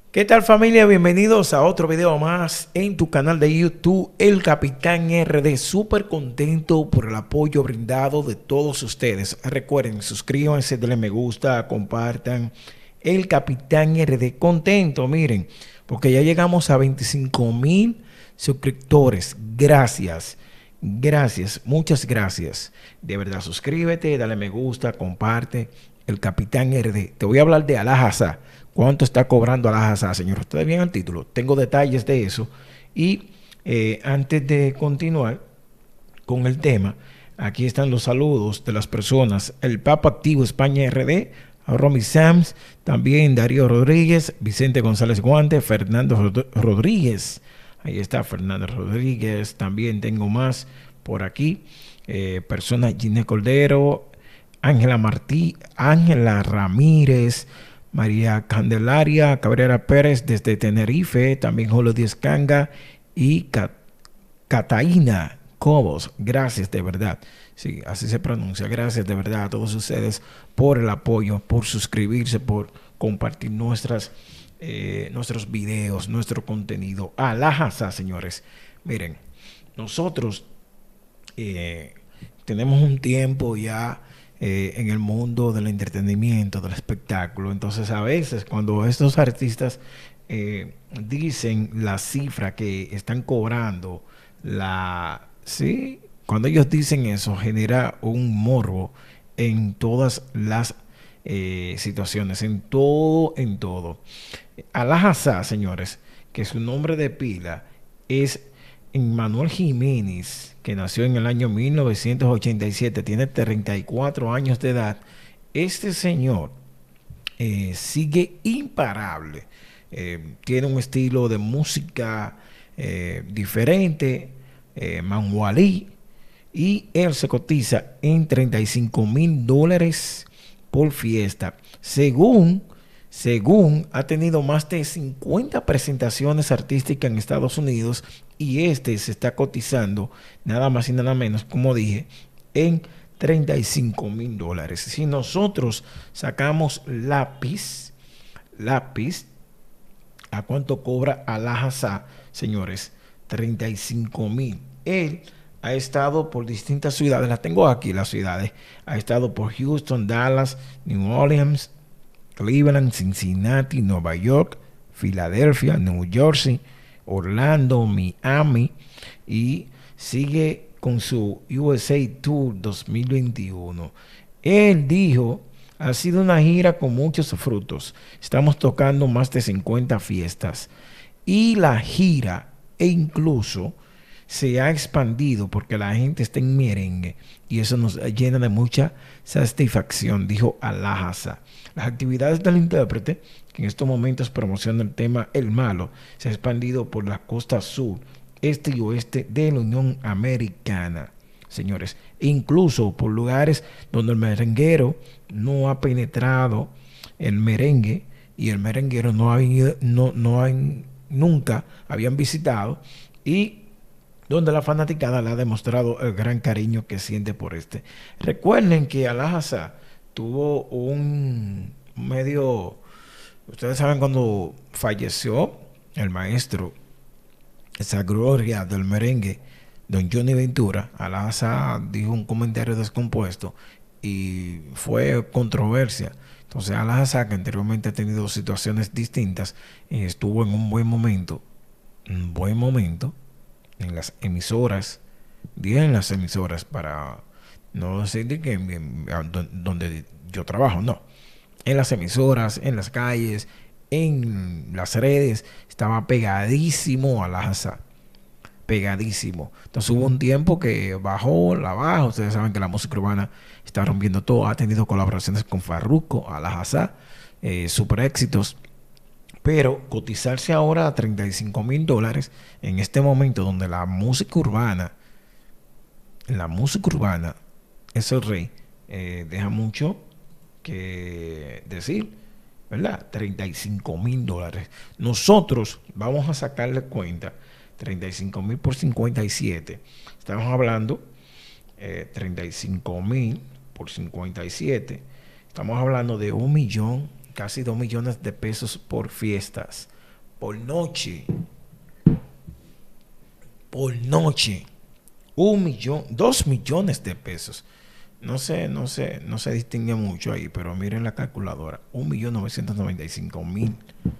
¿Qué tal, familia? Bienvenidos a otro video más en tu canal de YouTube, El Capitán RD. Súper contento por el apoyo brindado de todos ustedes. Recuerden, suscríbanse, denle me gusta, compartan. El Capitán RD, contento, miren, porque ya llegamos a 25,000 suscriptores. Gracias, muchas gracias. De verdad, suscríbete, dale me gusta, comparte. El Capitán RD. Te voy a hablar de Al-Assa. ¿Cuánto está cobrando Al-Assa, señor? Ustedes ven el título. Tengo detalles de eso. Y antes de continuar con el tema, aquí están los saludos de las personas. El Papa Activo España RD, Romy Sams, también Darío Rodríguez, Vicente González Guante, Fernando Rodríguez. Ahí está Fernando Rodríguez. También tengo más por aquí. Personas Ginés Cordero, Ángela Martí, Ángela Ramírez, María Candelaria Cabrera Pérez desde Tenerife, también Julio Díaz Canga y Cataína Cobos. Gracias de verdad. Sí, así se pronuncia. Gracias de verdad a todos ustedes por el apoyo, por suscribirse, por compartir nuestros videos, nuestro contenido. Al-Assa, señores. Miren, nosotros tenemos un tiempo ya en el mundo del entretenimiento, del espectáculo. Entonces, a veces cuando estos artistas dicen la cifra que están cobrando, sí, cuando ellos dicen eso, genera un morbo en todas las situaciones, en todo. Al-Assa, señores, que su nombre de pila es Manuel Jiménez, que nació en el año 1987, tiene 34 años de edad. Este señor sigue imparable. Tiene un estilo de música diferente, manualí, y él se cotiza en $35,000 por fiesta. Según ha tenido más de 50 presentaciones artísticas en Estados Unidos, y este se está cotizando nada más y nada menos, como dije, en $35,000. Si nosotros sacamos lápiz, ¿a cuánto cobra Al-Assa, señores? 35,000. Él ha estado por distintas ciudades, las tengo aquí las ciudades, ha estado por Houston, Dallas, New Orleans, Cleveland, Cincinnati, Nueva York, Filadelfia, New Jersey, Orlando, Miami, y sigue con su USA Tour 2021. Él dijo, ha sido una gira con muchos frutos. Estamos tocando más de 50 fiestas. Y la gira, e incluso se ha expandido porque la gente está en merengue y eso nos llena de mucha satisfacción, dijo Al-Assa. Las actividades del intérprete, que en estos momentos promociona el tema El Malo, se ha expandido por la costa sur, este y oeste de la Unión Americana, señores, e incluso por lugares donde el merenguero no ha penetrado el merengue y el merenguero nunca habían visitado, y donde la fanaticada le ha demostrado el gran cariño que siente por este. Recuerden que Al-Assa tuvo un medio, ustedes saben cuando falleció el maestro, esa gloria del merengue, don Johnny Ventura. Al-Assa dijo un comentario descompuesto y fue controversia. Entonces Al-Assa, que anteriormente ha tenido situaciones distintas, estuvo en un buen momento en las emisoras, dije en las emisoras para no decir que donde yo trabajo, no, en las emisoras, en las calles, en las redes, estaba pegadísimo a Al-Assa, pegadísimo. Entonces hubo un tiempo que bajó la baja. Ustedes saben que la música urbana está rompiendo todo, ha tenido colaboraciones con Farruko, Al-Assa, super éxitos. Pero cotizarse ahora a $35,000 en este momento donde la música urbana es el rey, deja mucho que decir, ¿verdad? $35,000. Nosotros vamos a sacarle cuenta, 35,000 por 57. Estamos hablando 35,000 por 57. Estamos hablando de 1 millón, casi 2 millones de pesos por fiestas. por noche. Por noche. 1 millón, 2 millones de pesos. No se distingue mucho ahí, pero miren la calculadora. 1.995.000.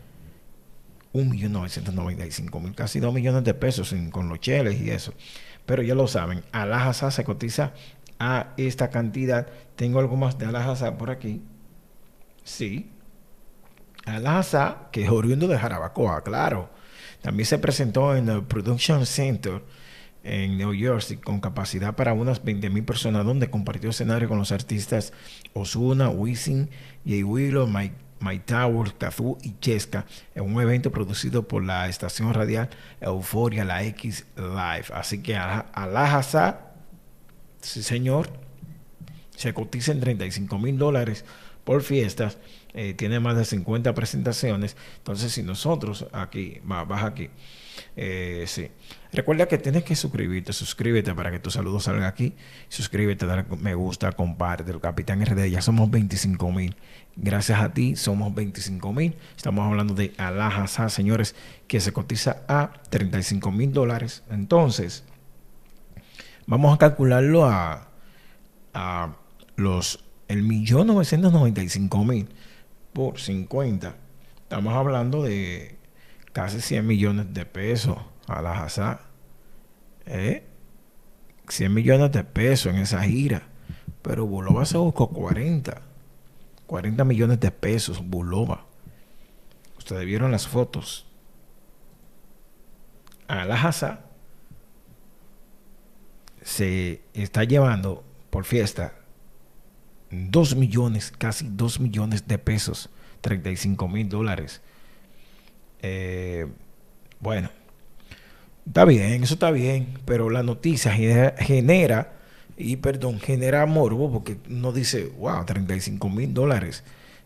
1.995.000, casi 2 millones de pesos con los cheles y eso. Pero ya lo saben, Al-Aqsa se cotiza a esta cantidad. Tengo algo más de Al-Aqsa por aquí. Sí. Al-Aqsa, que es oriundo de Jarabacoa, claro. También se presentó en el Production Center en New Jersey con capacidad para unas 20.000 personas, donde compartió escenario con los artistas Ozuna, Wisin, Jay Willow, Mike Towers, Cazzu y Chesca, en un evento producido por la estación radial Euforia, la X Live. Así que Al-Aqsa, sí señor, se cotiza en $35,000 por fiestas. Tiene más de 50 presentaciones. Entonces, si nosotros aquí, baja aquí, sí. Recuerda que tienes que suscríbete para que tu saludo salga aquí. Suscríbete, dale me gusta, comparte. El Capitán RD, ya somos 25,000. Gracias a ti somos 25,000. Estamos hablando de Al-Aqsa, señores, que se cotiza a $35,000. Entonces, vamos a calcularlo a los 1.995.000 por 50. Estamos hablando de casi 100 millones de pesos. Al-Aqsa, 100 millones de pesos en esa gira. Pero Bulova se buscó 40 millones de pesos. Bulova, ustedes vieron las fotos. Al-Aqsa se está llevando por fiesta 2 millones, casi 2 millones de pesos, $35,000. Bueno, está bien, eso está bien, pero la noticia genera morbo, porque uno dice, wow, $35,000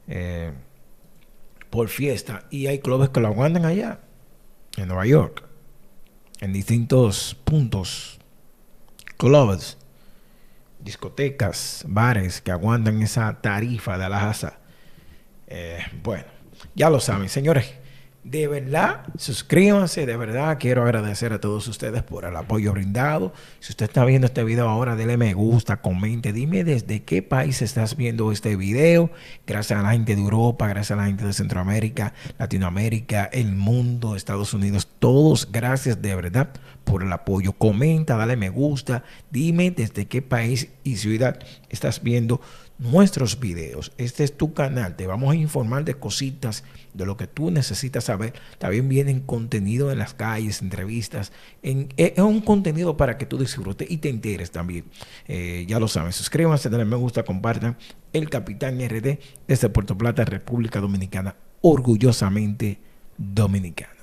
por fiesta, y hay clubes que lo aguantan allá, en Nueva York, en distintos puntos, clubes, discotecas, bares que aguantan esa tarifa de Al-Aqsa. Bueno, ya lo saben, señores. De verdad, suscríbanse. De verdad, quiero agradecer a todos ustedes por el apoyo brindado. Si usted está viendo este video ahora, dele me gusta, comente, dime desde qué país estás viendo este video. Gracias a la gente de Europa, gracias a la gente de Centroamérica, Latinoamérica, el mundo, Estados Unidos, todos, gracias de verdad por el apoyo. Comenta, dale me gusta, dime desde qué país y ciudad estás viendo nuestros videos. Este es tu canal, te vamos a informar de cositas, de lo que tú necesitas saber. También vienen contenido en las calles, entrevistas, es un contenido para que tú disfrutes y te enteres también. Ya lo saben, suscríbanse, denle me gusta, compartan. El Capitán RD desde Puerto Plata, República Dominicana, orgullosamente dominicana.